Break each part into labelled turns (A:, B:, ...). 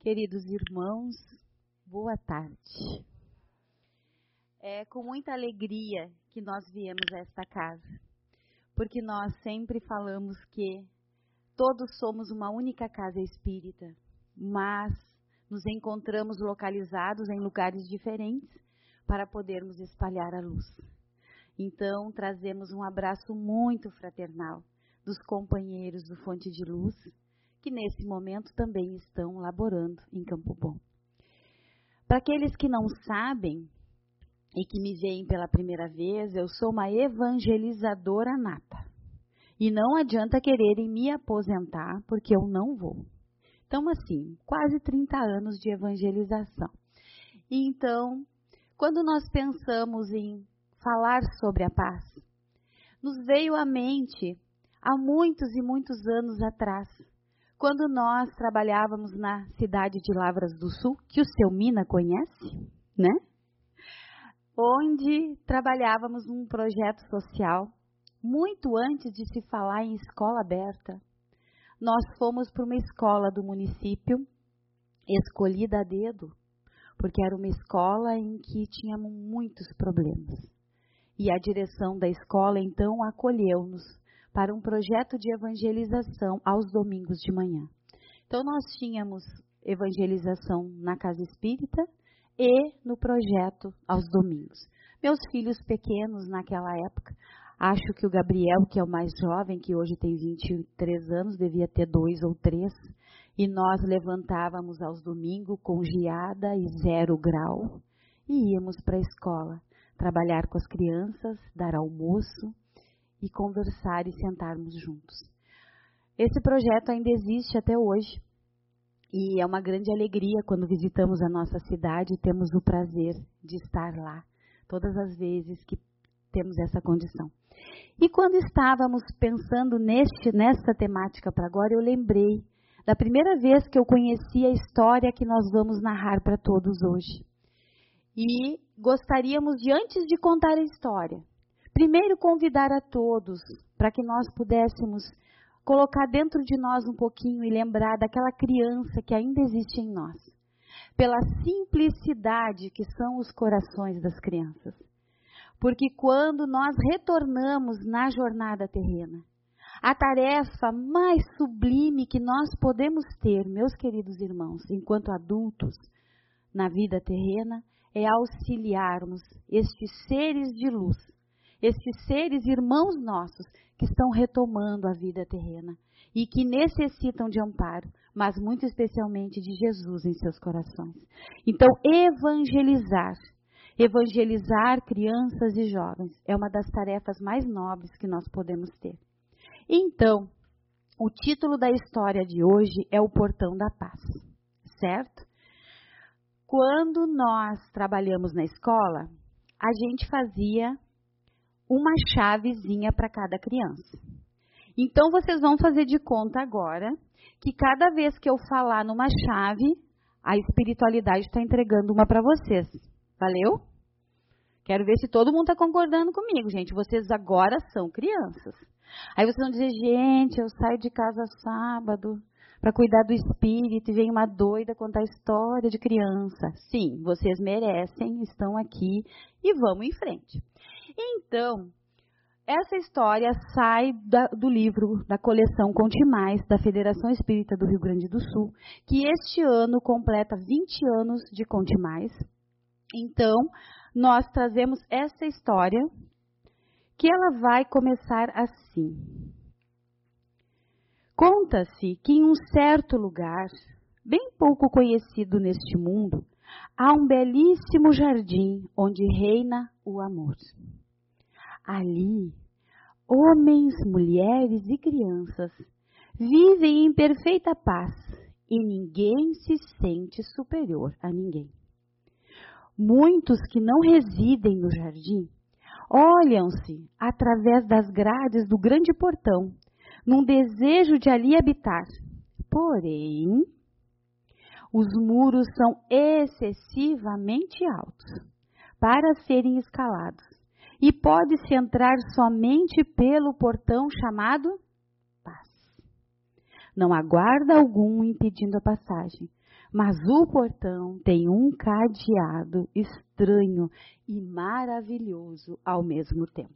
A: Queridos irmãos, boa tarde. É com muita alegria que nós viemos a esta casa, porque nós sempre falamos que todos somos uma única casa espírita, mas nos encontramos localizados em lugares diferentes para podermos espalhar a luz. Então, trazemos um abraço muito fraternal dos companheiros do Fonte de Luz, que nesse momento também estão laborando em Campo Bom. Para aqueles que não sabem e que me veem pela primeira vez, eu sou uma evangelizadora nata. E não adianta quererem me aposentar, porque eu não vou. Então, assim, quase 30 anos de evangelização. E então, quando nós pensamos em falar sobre a paz, nos veio à mente, há muitos e muitos anos atrás, quando nós trabalhávamos na cidade de Lavras do Sul, que o seu Mina conhece, né? Onde trabalhávamos num projeto social, muito antes de se falar em escola aberta. Nós fomos para uma escola do município, escolhida a dedo, porque era uma escola em que tínhamos muitos problemas. E a direção da escola, então, acolheu-nos para um projeto de evangelização aos domingos de manhã. Então, nós tínhamos evangelização na Casa Espírita e no projeto aos domingos. Meus filhos pequenos naquela época, acho que o Gabriel, que é o mais jovem, que hoje tem 23 anos, devia ter 2 ou 3, e nós levantávamos aos domingos com geada e 0 grau e íamos para a escola, trabalhar com as crianças, dar almoço e conversar e sentarmos juntos. Esse projeto ainda existe até hoje e é uma grande alegria quando visitamos a nossa cidade e temos o prazer de estar lá, todas as vezes que temos essa condição. E quando estávamos pensando nessa temática para agora, eu lembrei da primeira vez que eu conheci a história que nós vamos narrar para todos hoje. E gostaríamos de, antes de contar a história, primeiro convidar a todos para que nós pudéssemos colocar dentro de nós um pouquinho e lembrar daquela criança que ainda existe em nós, pela simplicidade que são os corações das crianças. Porque quando nós retornamos na jornada terrena, a tarefa mais sublime que nós podemos ter, meus queridos irmãos, enquanto adultos, na vida terrena, é auxiliarmos estes seres de luz, estes seres irmãos nossos que estão retomando a vida terrena e que necessitam de amparo, mas muito especialmente de Jesus em seus corações. Então, evangelizar crianças e jovens é uma das tarefas mais nobres que nós podemos ter. Então, o título da história de hoje é O Portão da Paz, certo? Quando nós trabalhamos na escola, a gente fazia uma chavezinha para cada criança. Então, vocês vão fazer de conta agora que cada vez que eu falar numa chave, a espiritualidade está entregando uma para vocês. Valeu? Quero ver se todo mundo está concordando comigo, gente. Vocês agora são crianças. Aí vocês vão dizer, gente, eu saio de casa sábado para cuidar do espírito e vem uma doida contar história de criança. Sim, vocês merecem, estão aqui e vamos em frente. Então, essa história sai do livro da coleção Conte Mais, da Federação Espírita do Rio Grande do Sul, que este ano completa 20 anos de Conte Mais. Então, nós trazemos essa história, que ela vai começar assim. Conta-se que em um certo lugar, bem pouco conhecido neste mundo, há um belíssimo jardim onde reina o amor. Ali, homens, mulheres e crianças vivem em perfeita paz e ninguém se sente superior a ninguém. Muitos que não residem no jardim olham-se através das grades do grande portão, num desejo de ali habitar. Porém, os muros são excessivamente altos para serem escalados e pode-se entrar somente pelo portão chamado paz. não há guarda algum impedindo a passagem, mas o portão tem um cadeado estranho e maravilhoso ao mesmo tempo.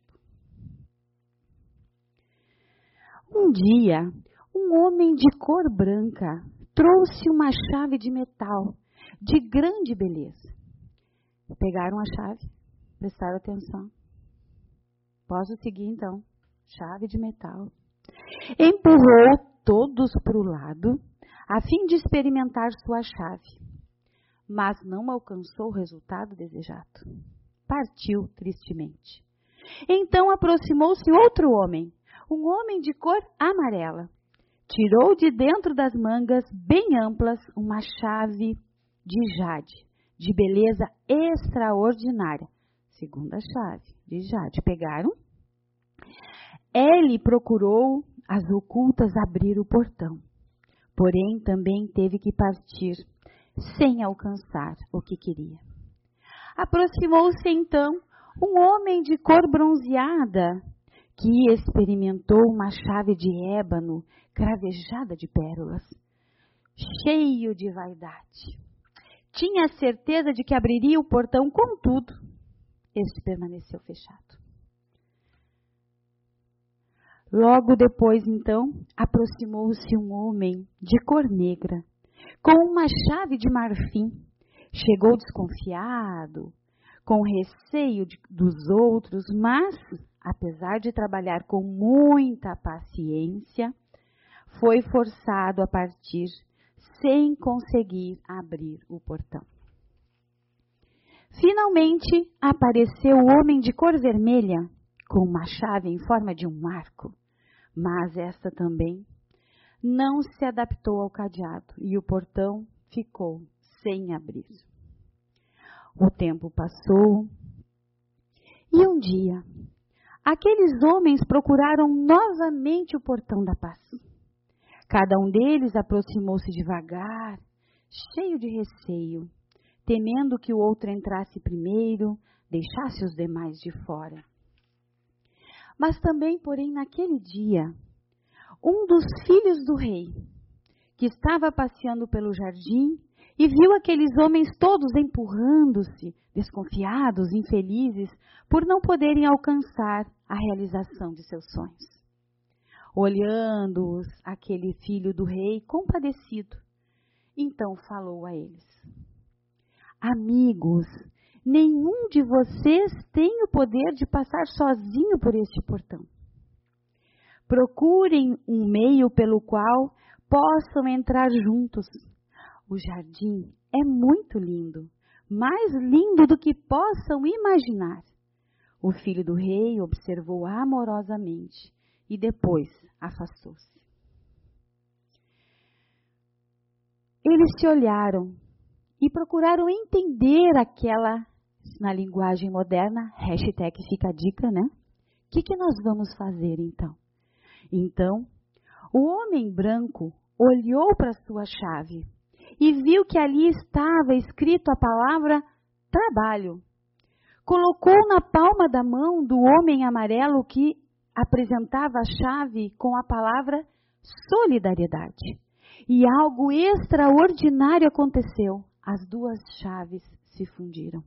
A: Um dia, um homem de cor branca trouxe uma chave de metal de grande beleza. Pegaram a chave, prestaram atenção. Posso seguir então? Chave de metal. Empurrou todos para o lado, a fim de experimentar sua chave, mas não alcançou o resultado desejado. Partiu tristemente. Então aproximou-se outro homem, um homem de cor amarela. Tirou de dentro das mangas bem amplas uma chave de jade, de beleza extraordinária. Segunda chave de jade. Pegaram? Ele procurou as ocultas abrir o portão, porém também teve que partir sem alcançar o que queria. Aproximou-se então um homem de cor bronzeada que experimentou uma chave de ébano cravejada de pérolas, cheio de vaidade. Tinha certeza de que abriria o portão, contudo, este permaneceu fechado. Logo depois, então, aproximou-se um homem de cor negra, com uma chave de marfim. Chegou desconfiado, com receio dos outros, mas, apesar de trabalhar com muita paciência, foi forçado a partir sem conseguir abrir o portão. Finalmente, apareceu o homem de cor vermelha, com uma chave em forma de um arco, mas esta também não se adaptou ao cadeado e o portão ficou sem abrir. O tempo passou e um dia aqueles homens procuraram novamente o portão da paz. Cada um deles aproximou-se devagar, cheio de receio, temendo que o outro entrasse primeiro, deixasse os demais de fora. Mas também, porém, naquele dia, um dos filhos do rei, que estava passeando pelo jardim e viu aqueles homens todos empurrando-se, desconfiados, infelizes, por não poderem alcançar a realização de seus sonhos. Olhando-os, aquele filho do rei, compadecido, então falou a eles: amigos, nenhum de vocês tem o poder de passar sozinho por este portão. Procurem um meio pelo qual possam entrar juntos. O jardim é muito lindo, mais lindo do que possam imaginar. O filho do rei observou amorosamente e depois afastou-se. Eles se olharam e procuraram entender aquela, na linguagem moderna, hashtag fica a dica, né? O que nós vamos fazer então? Então, o homem branco olhou para sua chave e viu que ali estava escrito a palavra trabalho. Colocou na palma da mão do homem amarelo que apresentava a chave com a palavra solidariedade. E algo extraordinário aconteceu. As duas chaves se fundiram.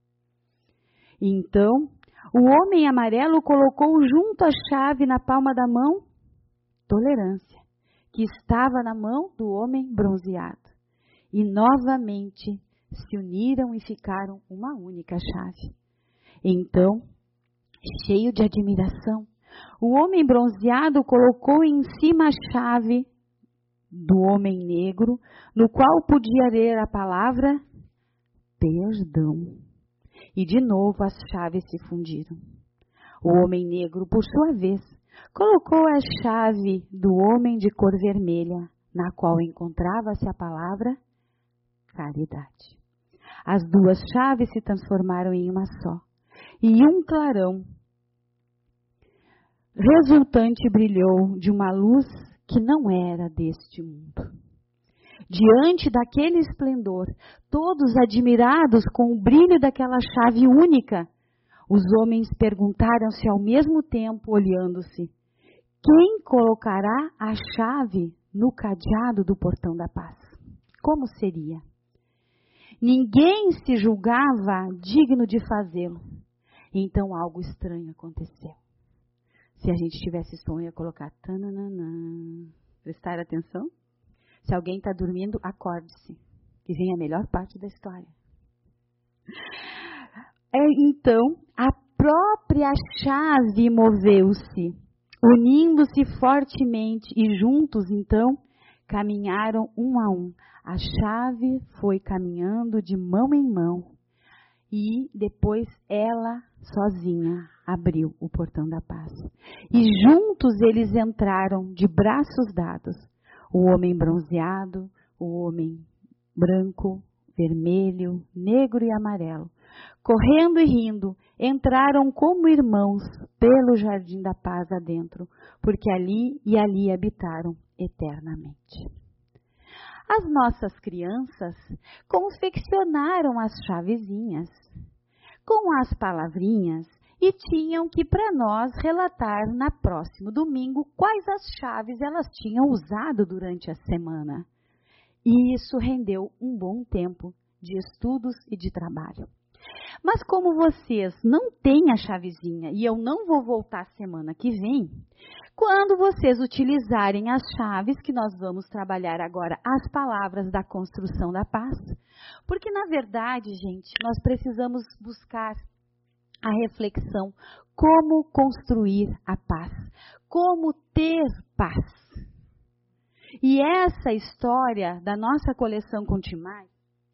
A: Então, o homem amarelo colocou junto a chave na palma da mão tolerância, que estava na mão do homem bronzeado. E novamente se uniram e ficaram uma única chave. Então, cheio de admiração, o homem bronzeado colocou em cima a chave do homem negro, no qual podia ler a palavra perdão. E de novo as chaves se fundiram. O homem negro, por sua vez, colocou a chave do homem de cor vermelha, na qual encontrava-se a palavra caridade. As duas chaves se transformaram em uma só, e um clarão resultante brilhou de uma luz que não era deste mundo. Diante daquele esplendor, todos admirados com o brilho daquela chave única, os homens perguntaram-se ao mesmo tempo, olhando-se: quem colocará a chave no cadeado do portão da paz. Como seria? Ninguém se julgava digno de fazê-lo. Então algo estranho aconteceu. Se a gente tivesse som, ia colocar tananana. Prestar atenção? Se alguém está dormindo, acorde-se. Que vem a melhor parte da história. Então, a própria chave moveu-se, unindo-se fortemente, e juntos, então, caminharam um a um. A chave foi caminhando de mão em mão, e depois ela, sozinha, abriu o portão da paz. E juntos eles entraram, de braços dados, o homem bronzeado, o homem branco, vermelho, negro e amarelo. Correndo e rindo, entraram como irmãos pelo jardim da paz adentro, porque ali habitaram eternamente. As nossas crianças confeccionaram as chavezinhas com as palavrinhas e tinham que, para nós, relatar na próximo domingo quais as chaves elas tinham usado durante a semana. E isso rendeu um bom tempo de estudos e de trabalho. Mas como vocês não têm a chavezinha e eu não vou voltar semana que vem, quando vocês utilizarem as chaves, que nós vamos trabalhar agora as palavras da construção da paz, porque na verdade, gente, nós precisamos buscar a reflexão, como construir a paz, como ter paz. E essa história da nossa coleção com Timai,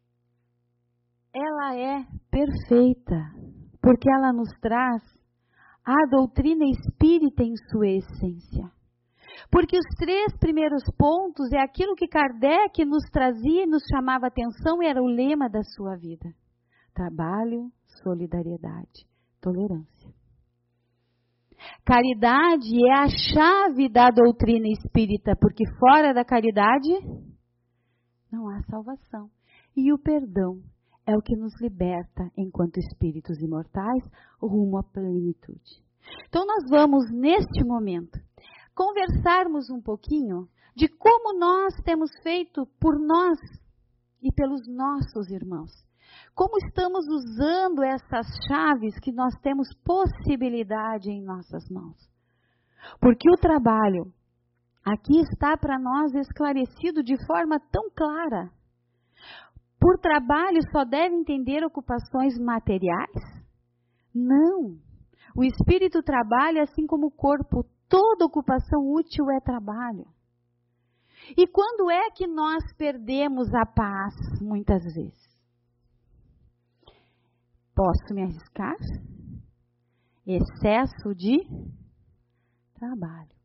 A: ela é perfeita, porque ela nos traz a doutrina espírita em sua essência. Porque os 3 primeiros pontos é aquilo que Kardec nos trazia e nos chamava a atenção, e era o lema da sua vida. Trabalho, solidariedade, tolerância. Caridade é a chave da doutrina espírita, porque fora da caridade não há salvação. E o perdão é o que nos liberta enquanto espíritos imortais rumo à plenitude. Então nós vamos, neste momento, conversarmos um pouquinho de como nós temos feito por nós e pelos nossos irmãos. Como estamos usando essas chaves que nós temos possibilidade em nossas mãos. Porque o trabalho aqui está para nós esclarecido de forma tão clara. Por trabalho só deve entender ocupações materiais? Não. O espírito trabalha assim como o corpo. Toda ocupação útil é trabalho. E quando é que nós perdemos a paz, muitas vezes? Posso me arriscar? Excesso de trabalho.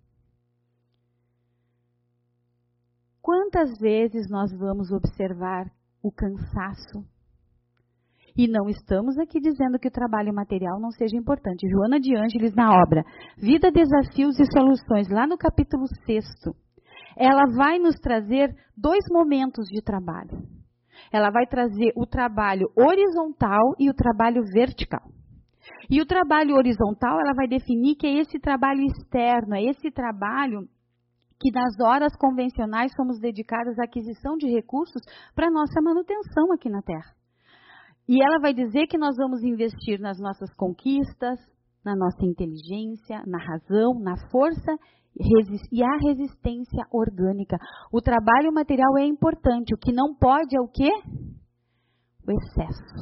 A: Quantas vezes nós vamos observar o cansaço? E não estamos aqui dizendo que o trabalho material não seja importante. Joana de Ângeles, na obra Vida, Desafios e Soluções, lá no capítulo 6, ela vai nos trazer 2 momentos de trabalho. Ela vai trazer o trabalho horizontal e o trabalho vertical. E o trabalho horizontal, ela vai definir que é esse trabalho externo, é esse trabalho que nas horas convencionais somos dedicados à aquisição de recursos para nossa manutenção aqui na Terra. E ela vai dizer que nós vamos investir nas nossas conquistas, na nossa inteligência, na razão, na força e a resistência orgânica. O trabalho material é importante, o que não pode é o quê? O excesso.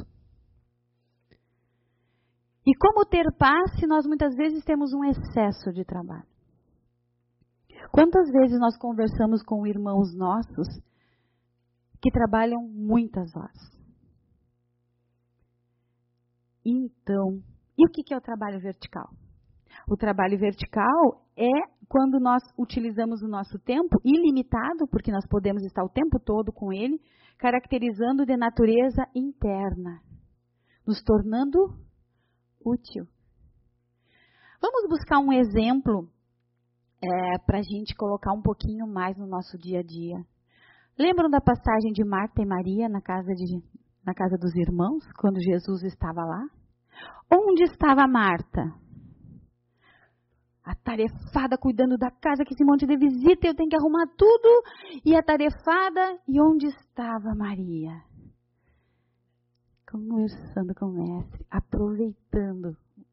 A: E como ter paz se nós muitas vezes temos um excesso de trabalho? Quantas vezes nós conversamos com irmãos nossos que trabalham muitas horas? Então, e o que é o trabalho vertical? O trabalho vertical é quando nós utilizamos o nosso tempo ilimitado, porque nós podemos estar o tempo todo com ele, caracterizando de natureza interna, nos tornando útil. Vamos buscar um exemplo para a gente colocar um pouquinho mais no nosso dia a dia. Lembram da passagem de Marta e Maria na casa dos irmãos, quando Jesus estava lá? Onde estava Marta? atarefada cuidando da casa, que esse monte de visita, eu tenho que arrumar tudo, e atarefada, e onde estava Maria? Conversando com o mestre, aproveitando.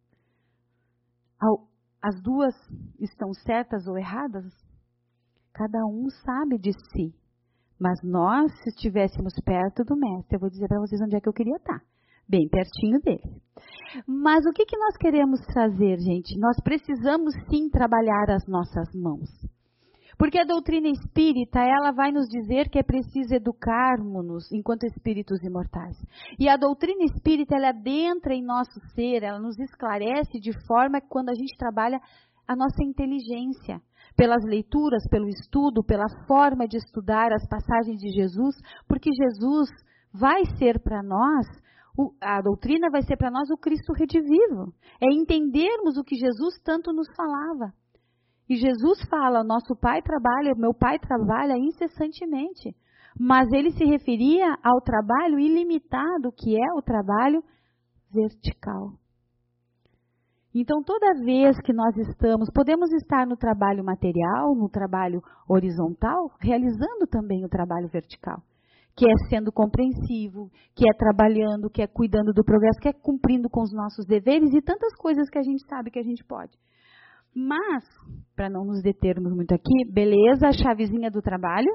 A: As duas estão certas ou erradas? Cada um sabe de si. Mas nós, se estivéssemos perto do mestre, eu vou dizer para vocês onde é que eu queria estar. Bem pertinho dele. Mas o que nós queremos trazer, gente? Nós precisamos sim trabalhar as nossas mãos. Porque a doutrina espírita, ela vai nos dizer que é preciso educarmos-nos enquanto espíritos imortais. E a doutrina espírita, ela adentra em nosso ser, ela nos esclarece de forma que quando a gente trabalha a nossa inteligência, pelas leituras, pelo estudo, pela forma de estudar as passagens de Jesus, porque Jesus vai ser para nós, a doutrina vai ser para nós o Cristo redivivo. É entendermos o que Jesus tanto nos falava. E Jesus fala, meu pai trabalha incessantemente. Mas ele se referia ao trabalho ilimitado, que é o trabalho vertical. Então, toda vez que nós podemos estar no trabalho material, no trabalho horizontal, realizando também o trabalho vertical. Que é sendo compreensivo, que é trabalhando, que é cuidando do progresso, que é cumprindo com os nossos deveres e tantas coisas que a gente sabe que a gente pode. Mas, para não nos determos muito aqui, beleza, a chavezinha do trabalho,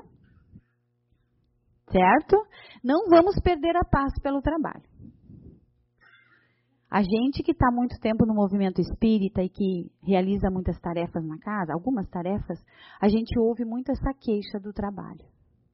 A: certo? Não vamos perder a paz pelo trabalho. A gente que está muito tempo no movimento espírita e que realiza muitas tarefas na casa, algumas tarefas, a gente ouve muito essa queixa do trabalho.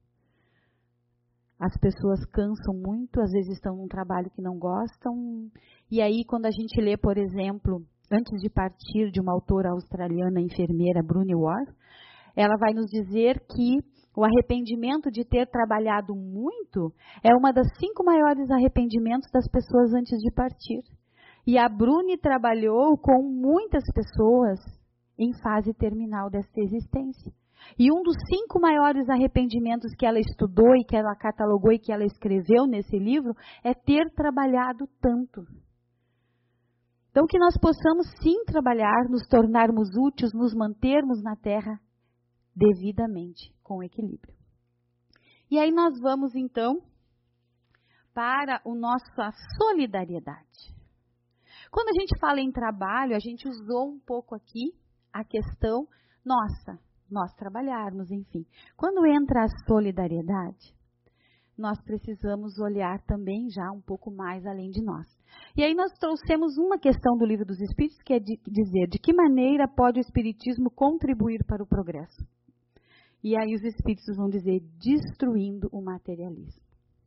A: As pessoas cansam muito, às vezes estão num trabalho que não gostam. E aí, quando a gente lê, por exemplo, Antes de Partir, de uma autora australiana, enfermeira, Bruni Ward, ela vai nos dizer que o arrependimento de ter trabalhado muito é uma das 5 maiores arrependimentos das pessoas antes de partir. E a Bruni trabalhou com muitas pessoas em fase terminal desta existência. E um dos 5 maiores arrependimentos que ela estudou e que ela catalogou e que ela escreveu nesse livro é ter trabalhado tanto. Então, que nós possamos sim trabalhar, nos tornarmos úteis, nos mantermos na Terra devidamente, com equilíbrio. E aí nós vamos, então, para a nossa solidariedade. Quando a gente fala em trabalho, a gente usou um pouco aqui a questão nossa, nós trabalharmos, enfim. Quando entra a solidariedade, nós precisamos olhar também já um pouco mais além de nós. E aí nós trouxemos uma questão do Livro dos Espíritos, que é dizer de que maneira pode o Espiritismo contribuir para o progresso. E aí os Espíritos vão dizer, destruindo o materialismo.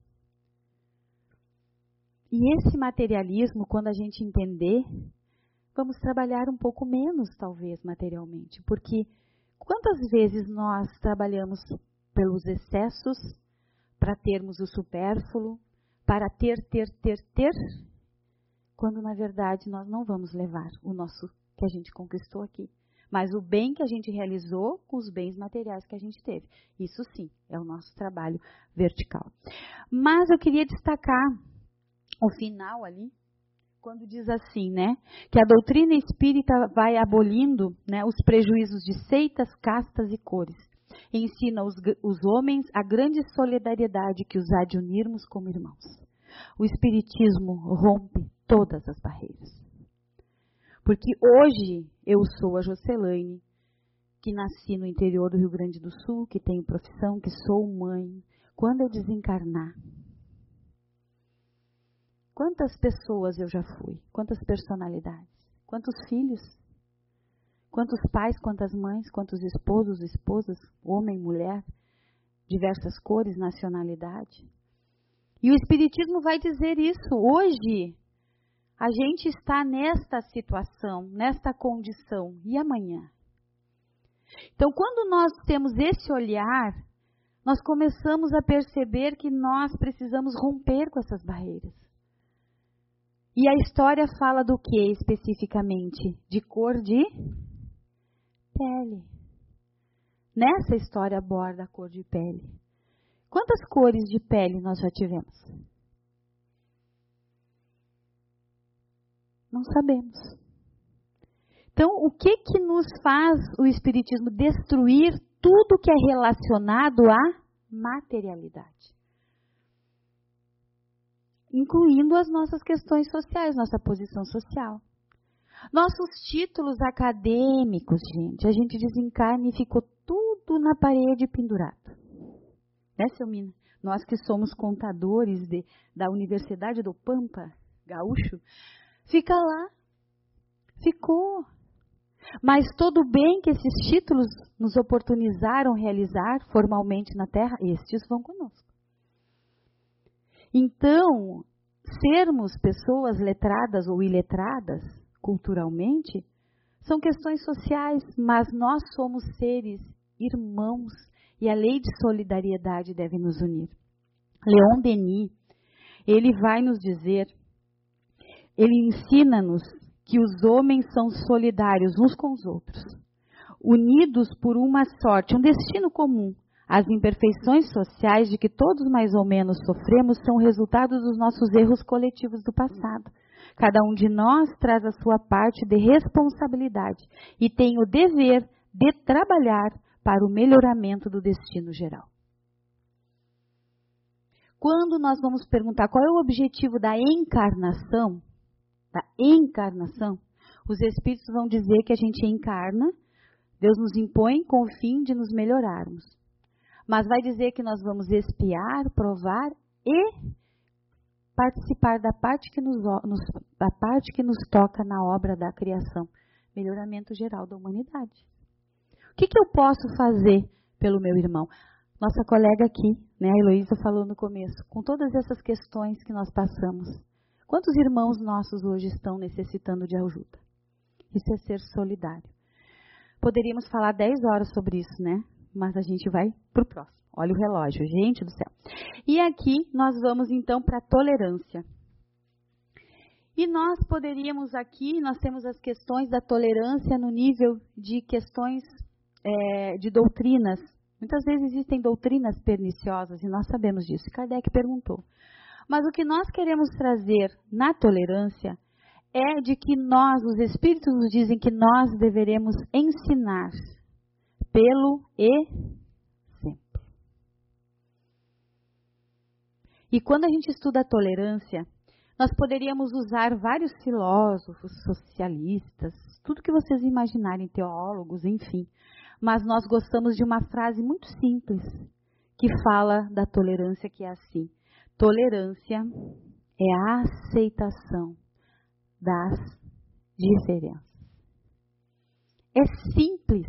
A: E esse materialismo, quando a gente entender, vamos trabalhar um pouco menos, talvez, materialmente. Porque quantas vezes nós trabalhamos pelos excessos, para termos o supérfluo, para ter, quando na verdade nós não vamos levar o nosso que a gente conquistou aqui, mas o bem que a gente realizou com os bens materiais que a gente teve. Isso sim, é o nosso trabalho vertical. Mas eu queria destacar o final ali, quando diz assim, né, que a doutrina espírita vai abolindo, né, os prejuízos de seitas, castas e cores. Ensina os homens a grande solidariedade que os há de unirmos como irmãos. O Espiritismo rompe todas as barreiras. Porque hoje eu sou a Jocelaine, que nasci no interior do Rio Grande do Sul, que tenho profissão, que sou mãe. Quando eu desencarnar, quantas pessoas eu já fui? Quantas personalidades? Quantos filhos? Quantos pais, quantas mães, quantos esposos, esposas, homem, mulher, diversas cores, nacionalidade. E o Espiritismo vai dizer isso. Hoje, a gente está nesta situação, nesta condição. E amanhã? Então, quando nós temos esse olhar, nós começamos a perceber que nós precisamos romper com essas barreiras. E a história fala do que especificamente? De cor de pele. Nessa história aborda a cor de pele. Quantas cores de pele nós já tivemos? Não sabemos. Então, o que nos faz o Espiritismo destruir tudo que é relacionado à materialidade? Incluindo as nossas questões sociais, nossa posição social. Nossos títulos acadêmicos, gente, a gente desencarna e ficou tudo na parede pendurado. Né, seu Mina? Nós que somos contadores da Universidade do Pampa, gaúcho, fica lá. Ficou. Mas todo bem que esses títulos nos oportunizaram realizar formalmente na Terra, estes vão conosco. Então, sermos pessoas letradas ou iletradas, culturalmente, são questões sociais, mas nós somos seres irmãos e a lei de solidariedade deve nos unir. Leon Denis, ele vai nos dizer, ele ensina-nos que os homens são solidários uns com os outros, unidos por uma sorte, um destino comum. As imperfeições sociais de que todos mais ou menos sofremos são resultado dos nossos erros coletivos do passado. Cada um de nós traz a sua parte de responsabilidade e tem o dever de trabalhar para o melhoramento do destino geral. Quando nós vamos perguntar qual é o objetivo da encarnação, os espíritos vão dizer que a gente encarna, Deus nos impõe com o fim de nos melhorarmos. Mas vai dizer que nós vamos expiar, provar e participar da parte que nos toca na obra da criação, melhoramento geral da humanidade. O que eu posso fazer pelo meu irmão? Nossa colega aqui, né, a Heloísa falou no começo, com todas essas questões que nós passamos, quantos irmãos nossos hoje estão necessitando de ajuda? Isso é ser solidário. Poderíamos falar 10 horas sobre isso, né? Mas a gente vai para o próximo. Olha o relógio, gente do céu. E aqui nós vamos então para a tolerância. E nós poderíamos aqui, nós temos as questões da tolerância no nível de questões de doutrinas. Muitas vezes existem doutrinas perniciosas e nós sabemos disso. Kardec perguntou. Mas o que nós queremos trazer na tolerância é de que nós, os espíritos nos dizem que nós deveremos ensinar pelo exemplo. E quando a gente estuda a tolerância, nós poderíamos usar vários filósofos, socialistas, tudo que vocês imaginarem, teólogos, enfim. Mas nós gostamos de uma frase muito simples, que fala da tolerância, que é assim. Tolerância é a aceitação das diferenças. É simples.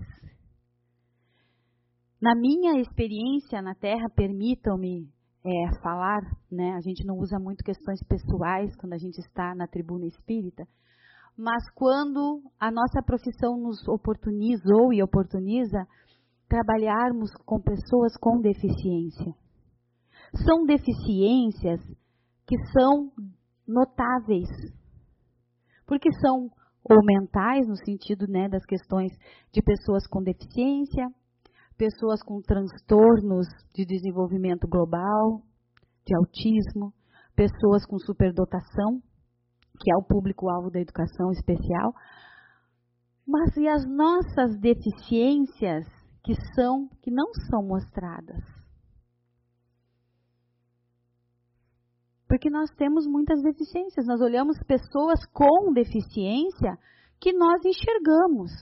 A: Na minha experiência na Terra, permitam-me falar, né? A gente não usa muito questões pessoais quando a gente está na tribuna espírita, mas quando a nossa profissão nos oportunizou e oportuniza trabalharmos com pessoas com deficiência. São deficiências que são notáveis, porque são ou mentais, no sentido, né, das questões de pessoas com deficiência, pessoas com transtornos de desenvolvimento global, de autismo, pessoas com superdotação, que é o público-alvo da educação especial, mas e as nossas deficiências que não são mostradas? Porque nós temos muitas deficiências, nós olhamos pessoas com deficiência que nós enxergamos.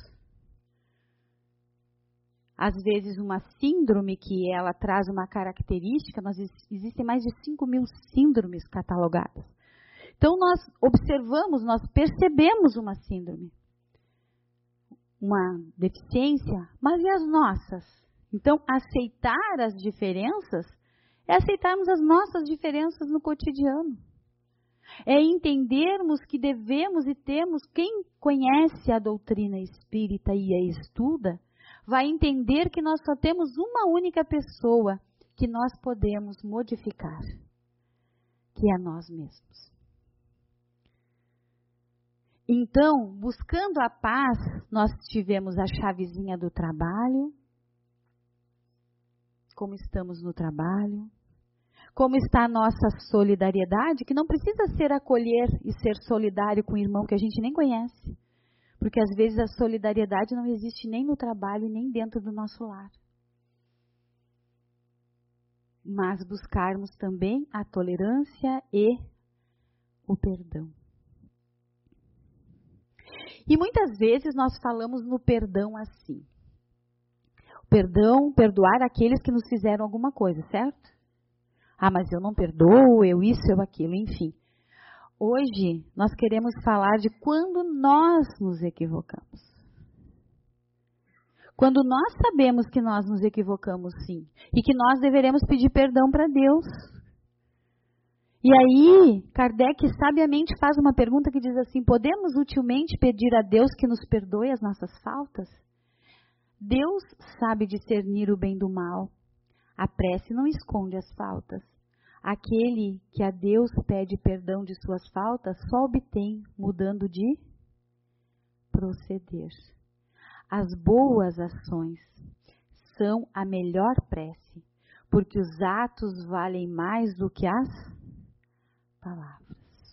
A: Às vezes uma síndrome que ela traz uma característica, existem mais de 5.000 síndromes catalogadas. Então nós observamos, nós percebemos uma síndrome, uma deficiência, mas e as nossas? Então aceitar as diferenças é aceitarmos as nossas diferenças no cotidiano. É entendermos que devemos e temos, quem conhece a doutrina espírita e a estuda, vai entender que nós só temos uma única pessoa que nós podemos modificar, que é nós mesmos. Então, buscando a paz, nós tivemos a chavezinha do trabalho, como estamos no trabalho, como está a nossa solidariedade, que não precisa ser acolher e ser solidário com o irmão que a gente nem conhece. Porque às vezes a solidariedade não existe nem no trabalho e nem dentro do nosso lar. Mas buscarmos também a tolerância e o perdão. E muitas vezes nós falamos no perdão assim. O perdão, perdoar aqueles que nos fizeram alguma coisa, certo? Ah, mas eu não perdoo, eu isso, eu aquilo, enfim. Hoje nós queremos falar de quando nós nos equivocamos. Quando nós sabemos que nós nos equivocamos sim, e que nós deveremos pedir perdão para Deus. E aí, Kardec sabiamente faz uma pergunta que diz assim: podemos utilmente pedir a Deus que nos perdoe as nossas faltas? Deus sabe discernir o bem do mal. A prece não esconde as faltas. Aquele que a Deus pede perdão de suas faltas só obtém mudando de proceder. As boas ações são a melhor prece, porque os atos valem mais do que as palavras.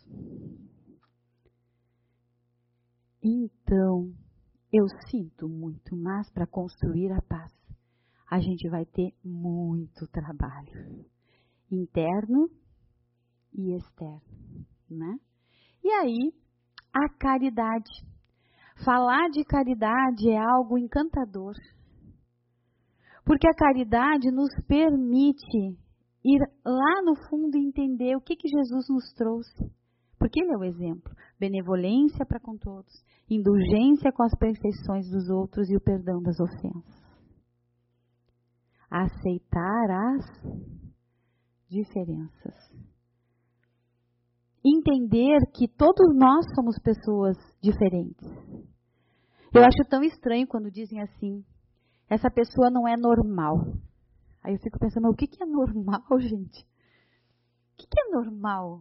A: Então, eu sinto muito, mas para construir a paz, a gente vai ter muito trabalho, interno e externo, né? E aí, a caridade. Falar de caridade é algo encantador, porque a caridade nos permite ir lá no fundo e entender o que Jesus nos trouxe, porque Ele é o exemplo. Benevolência para com todos, indulgência com as perfeições dos outros e o perdão das ofensas. Aceitar as diferenças. Entender que todos nós somos pessoas diferentes. Eu acho tão estranho quando dizem assim, essa pessoa não é normal. Aí eu fico pensando, mas o que é normal, gente? O que é normal?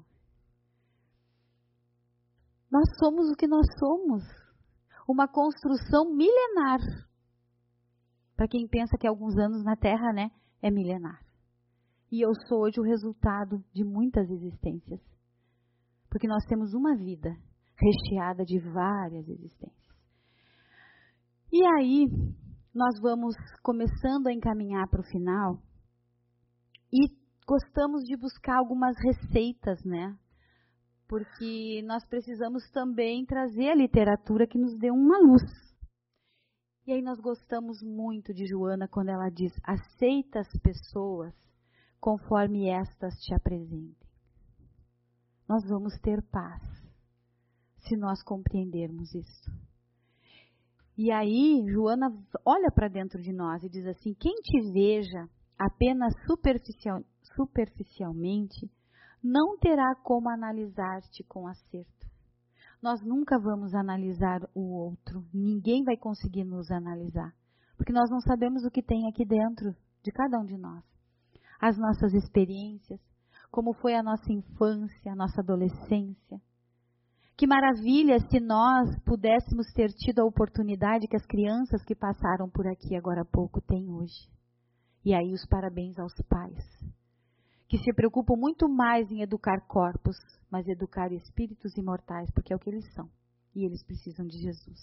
A: Nós somos o que nós somos. Uma construção milenar. Para quem pensa que alguns anos na Terra, né, é milenar. E eu sou hoje o resultado de muitas existências. Porque nós temos uma vida recheada de várias existências. E aí, nós vamos começando a encaminhar para o final e gostamos de buscar algumas receitas, né? Porque nós precisamos também trazer a literatura que nos dê uma luz. E aí nós gostamos muito de Joana quando ela diz, aceita as pessoas conforme estas te apresentem. Nós vamos ter paz se nós compreendermos isso. E aí, Joana olha para dentro de nós e diz assim, quem te veja apenas superficialmente, não terá como analisar-te com acerto. Nós nunca vamos analisar o outro, ninguém vai conseguir nos analisar, porque nós não sabemos o que tem aqui dentro de cada um de nós. As nossas experiências, como foi a nossa infância, a nossa adolescência. Que maravilha se nós pudéssemos ter tido a oportunidade que as crianças que passaram por aqui agora há pouco têm hoje. E aí os parabéns aos pais, que se preocupam muito mais em educar corpos, mas educar espíritos imortais, porque é o que eles são. E eles precisam de Jesus.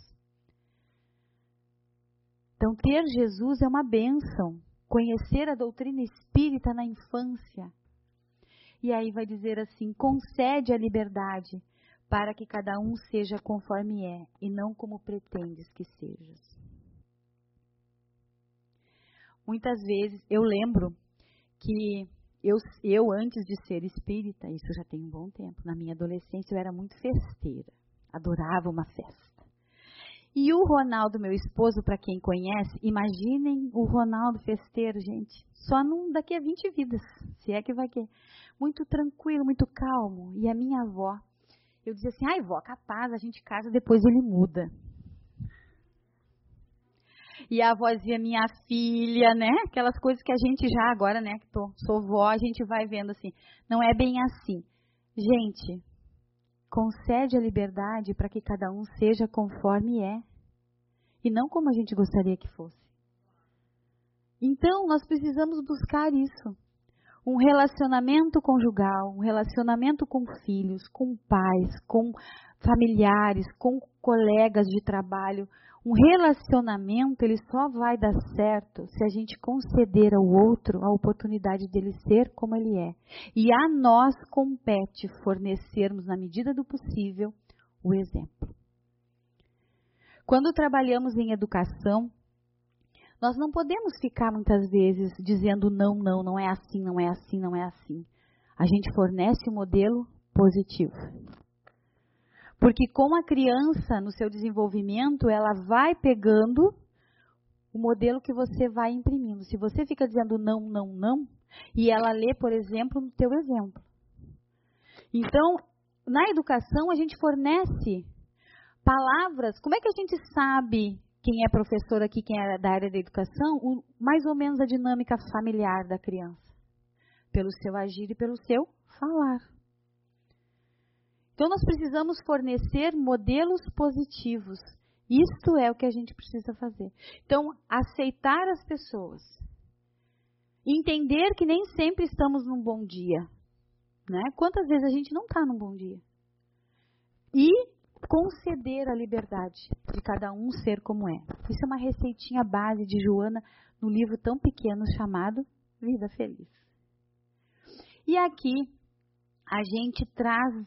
A: Então, ter Jesus é uma bênção. Conhecer a doutrina espírita na infância. E aí vai dizer assim, concede a liberdade para que cada um seja conforme é, e não como pretendes que sejas. Muitas vezes, eu lembro que eu antes de ser espírita, isso já tem um bom tempo, na minha adolescência eu era muito festeira, adorava uma festa. E o Ronaldo, meu esposo, para quem conhece, imaginem o Ronaldo festeiro, gente, só daqui a 20 vidas, se é que vai que. Muito tranquilo, muito calmo. E a minha avó, eu dizia assim, ai vó, capaz, a gente casa, depois ele muda. E a avózinha, minha filha, né? Aquelas coisas que a gente já agora, né? Que sou vó, a gente vai vendo assim. Não é bem assim. Gente, concede a liberdade para que cada um seja conforme é. E não como a gente gostaria que fosse. Então, nós precisamos buscar isso. um relacionamento conjugal, um relacionamento com filhos, com pais, com familiares, com colegas de trabalho. Um relacionamento, ele só vai dar certo se a gente conceder ao outro a oportunidade dele ser como ele é. E a nós compete fornecermos, na medida do possível, o exemplo. Quando trabalhamos em educação, nós não podemos ficar muitas vezes dizendo não é assim, não é assim, não é assim. A gente fornece um modelo positivo. Porque com a criança, no seu desenvolvimento, ela vai pegando o modelo que você vai imprimindo. Se você fica dizendo não, e ela lê, por exemplo, no teu exemplo. Então, na educação, a gente fornece palavras. Como é que a gente sabe, quem é professor aqui, quem é da área da educação, mais ou menos a dinâmica familiar da criança? Pelo seu agir e pelo seu falar. Então, nós precisamos fornecer modelos positivos. Isto é o que a gente precisa fazer. Então, aceitar as pessoas. Entender que nem sempre estamos num bom dia. Né? Quantas vezes a gente não está num bom dia? E conceder a liberdade de cada um ser como é. Isso é uma receitinha base de Joana, num livro tão pequeno chamado Vida Feliz. E aqui, a gente traz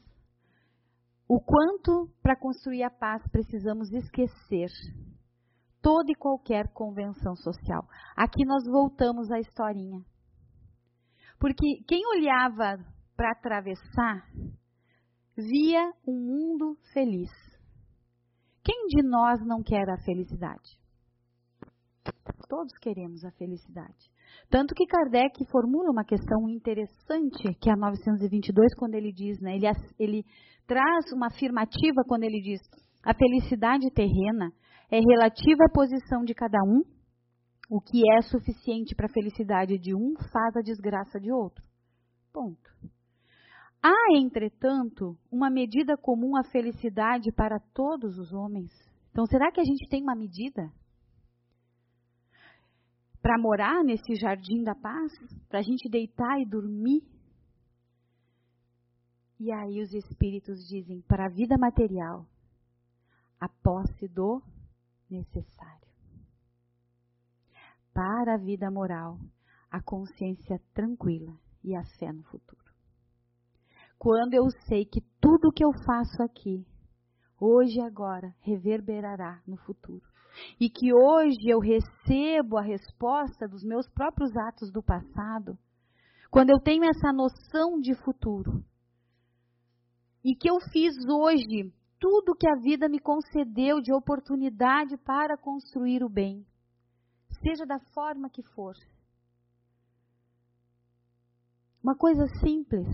A: o quanto, para construir a paz, precisamos esquecer toda e qualquer convenção social. Aqui nós voltamos à historinha. Porque quem olhava para atravessar, via um mundo feliz. Quem de nós não quer a felicidade? Todos queremos a felicidade. Tanto que Kardec formula uma questão interessante, que é a 922, quando ele diz, né, ele traz uma afirmativa quando ele diz: a felicidade terrena é relativa à posição de cada um, o que é suficiente para a felicidade de um faz a desgraça de outro. Ponto. Há, entretanto, uma medida comum à felicidade para todos os homens. Então, será que a gente tem uma medida para morar nesse jardim da paz? Para a gente deitar e dormir? E aí os espíritos dizem, para a vida material, a posse do necessário. Para a vida moral, a consciência tranquila e a fé no futuro. Quando eu sei que tudo que eu faço aqui, hoje e agora, reverberará no futuro. E que hoje eu recebo a resposta dos meus próprios atos do passado, quando eu tenho essa noção de futuro, e que eu fiz hoje tudo que a vida me concedeu de oportunidade para construir o bem, seja da forma que for. Uma coisa simples,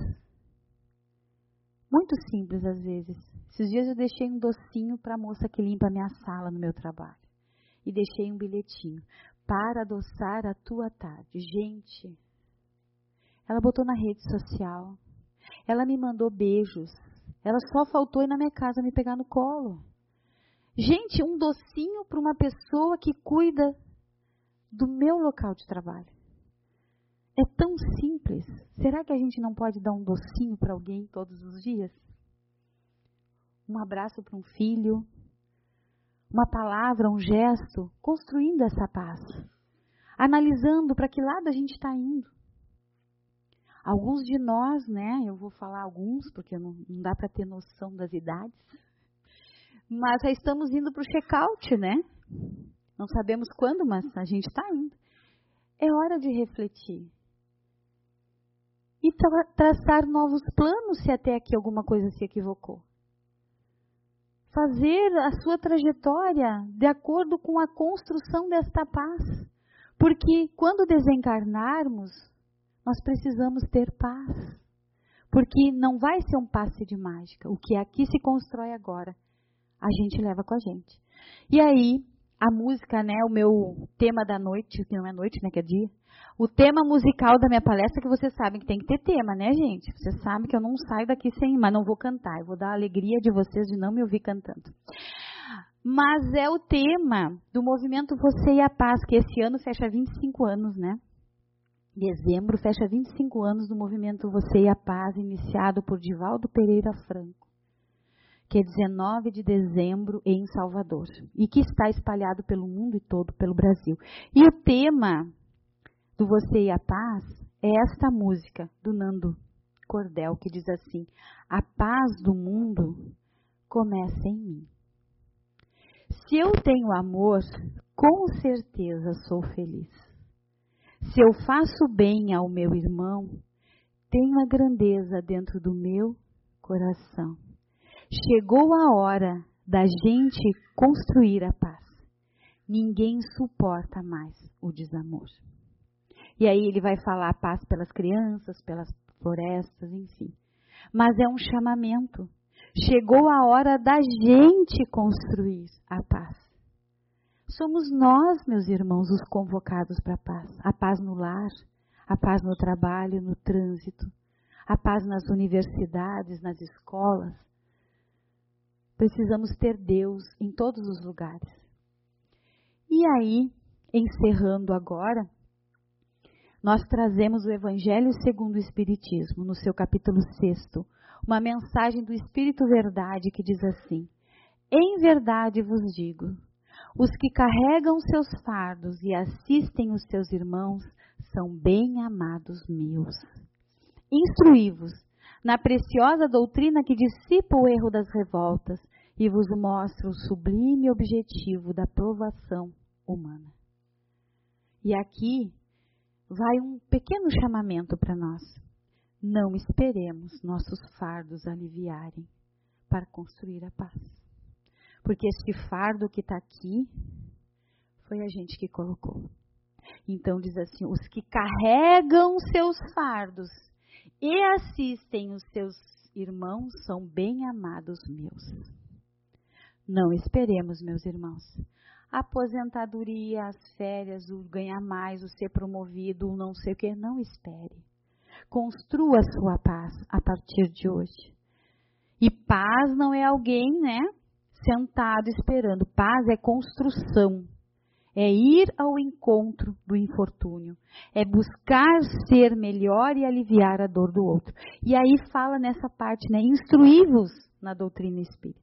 A: muito simples às vezes. Esses dias eu deixei um docinho para a moça que limpa a minha sala no meu trabalho. E deixei um bilhetinho. Para adoçar a tua tarde. Gente, ela botou na rede social. Ela me mandou beijos. Ela só faltou ir na minha casa me pegar no colo. Gente, um docinho para uma pessoa que cuida do meu local de trabalho. É tão simples. Será que a gente não pode dar um docinho para alguém todos os dias? Um abraço para um filho, uma palavra, um gesto, construindo essa paz. Analisando para que lado a gente está indo. Alguns de nós, né, eu vou falar alguns, porque não dá para ter noção das idades, mas já estamos indo para o check-out, né? Não sabemos quando, mas a gente está indo. É hora de refletir. E traçar novos planos se até aqui alguma coisa se equivocou. Fazer a sua trajetória de acordo com a construção desta paz. Porque quando desencarnarmos, nós precisamos ter paz. Porque não vai ser um passe de mágica. O que aqui se constrói agora, a gente leva com a gente. E aí, a música, né, o meu tema da noite, que não é noite, né, que é dia. O tema musical da minha palestra, que vocês sabem que tem que ter tema, né, gente? Vocês sabem que eu não saio daqui sem, mas não vou cantar. Eu vou dar a alegria de vocês de não me ouvir cantando. Mas é o tema do movimento Você e a Paz, que esse ano fecha 25 anos, né? Dezembro fecha 25 anos do movimento Você e a Paz, iniciado por Divaldo Pereira Franco, que é 19 de dezembro em Salvador, e que está espalhado pelo mundo todo, pelo Brasil. E o tema do Você e a Paz é esta música do Nando Cordel, que diz assim: a paz do mundo começa em mim. Se eu tenho amor, com certeza sou feliz. Se eu faço bem ao meu irmão, tenho a grandeza dentro do meu coração. Chegou a hora da gente construir a paz. Ninguém suporta mais o desamor. E aí ele vai falar a paz pelas crianças, pelas florestas, enfim. Mas é um chamamento. Chegou a hora da gente construir a paz. Somos nós, meus irmãos, os convocados para a paz. A paz no lar, a paz no trabalho, no trânsito, a paz nas universidades, nas escolas. Precisamos ter Deus em todos os lugares. E aí, encerrando agora, nós trazemos o Evangelho segundo o Espiritismo, no seu capítulo 6, uma mensagem do Espírito Verdade que diz assim: em verdade vos digo, os que carregam seus fardos e assistem os seus irmãos são bem-amados meus. Instruí-vos na preciosa doutrina que dissipa o erro das revoltas e vos mostra o sublime objetivo da provação humana. E aqui vai um pequeno chamamento para nós. Não esperemos nossos fardos aliviarem para construir a paz. Porque este fardo que está aqui, foi a gente que colocou. Então diz assim: os que carregam seus fardos e assistem os seus irmãos são bem-amados meus. Não esperemos, meus irmãos, a aposentadoria, as férias, o ganhar mais, o ser promovido, o não sei o que. Não espere. Construa a sua paz a partir de hoje. E paz não é alguém, sentado esperando. Paz é construção. É ir ao encontro do infortúnio. É buscar ser melhor e aliviar a dor do outro. E aí fala nessa parte, instruí-vos na doutrina espírita.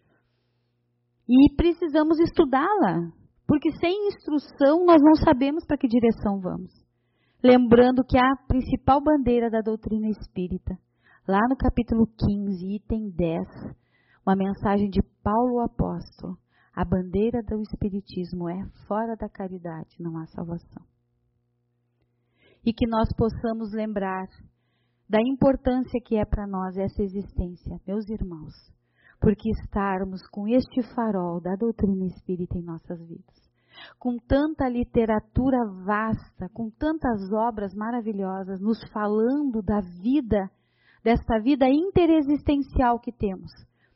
A: E precisamos estudá-la. Porque sem instrução nós não sabemos para que direção vamos. Lembrando que a principal bandeira da doutrina espírita, lá no capítulo 15, item 10, uma mensagem de Paulo Apóstolo, a bandeira do Espiritismo é: fora da caridade não há salvação. E que nós possamos lembrar da importância que é para nós essa existência, meus irmãos, porque estarmos com este farol da doutrina espírita em nossas vidas, com tanta literatura vasta, com tantas obras maravilhosas, nos falando da vida, desta vida interexistencial que temos,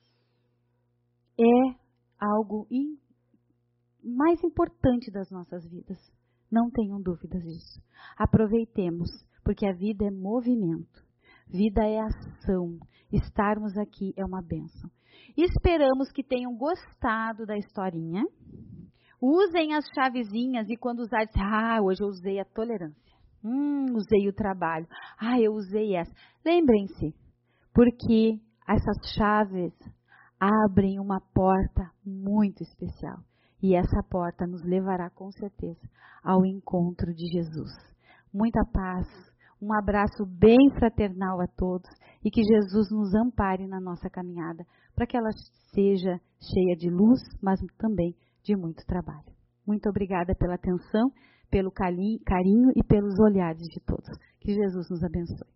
A: é algo mais importante das nossas vidas. Não tenham dúvidas disso. Aproveitemos, porque a vida é movimento, vida é ação. Estarmos aqui é uma bênção. Esperamos que tenham gostado da historinha. Usem as chavezinhas e quando usar, hoje eu usei a tolerância. Usei o trabalho. Eu usei essa. Lembrem-se, porque essas chaves abrem uma porta muito especial. E essa porta nos levará com certeza ao encontro de Jesus. Muita paz, um abraço bem fraternal a todos e que Jesus nos ampare na nossa caminhada para que ela seja cheia de luz, mas também de muito trabalho. Muito obrigada pela atenção, pelo carinho e pelos olhares de todos. Que Jesus nos abençoe.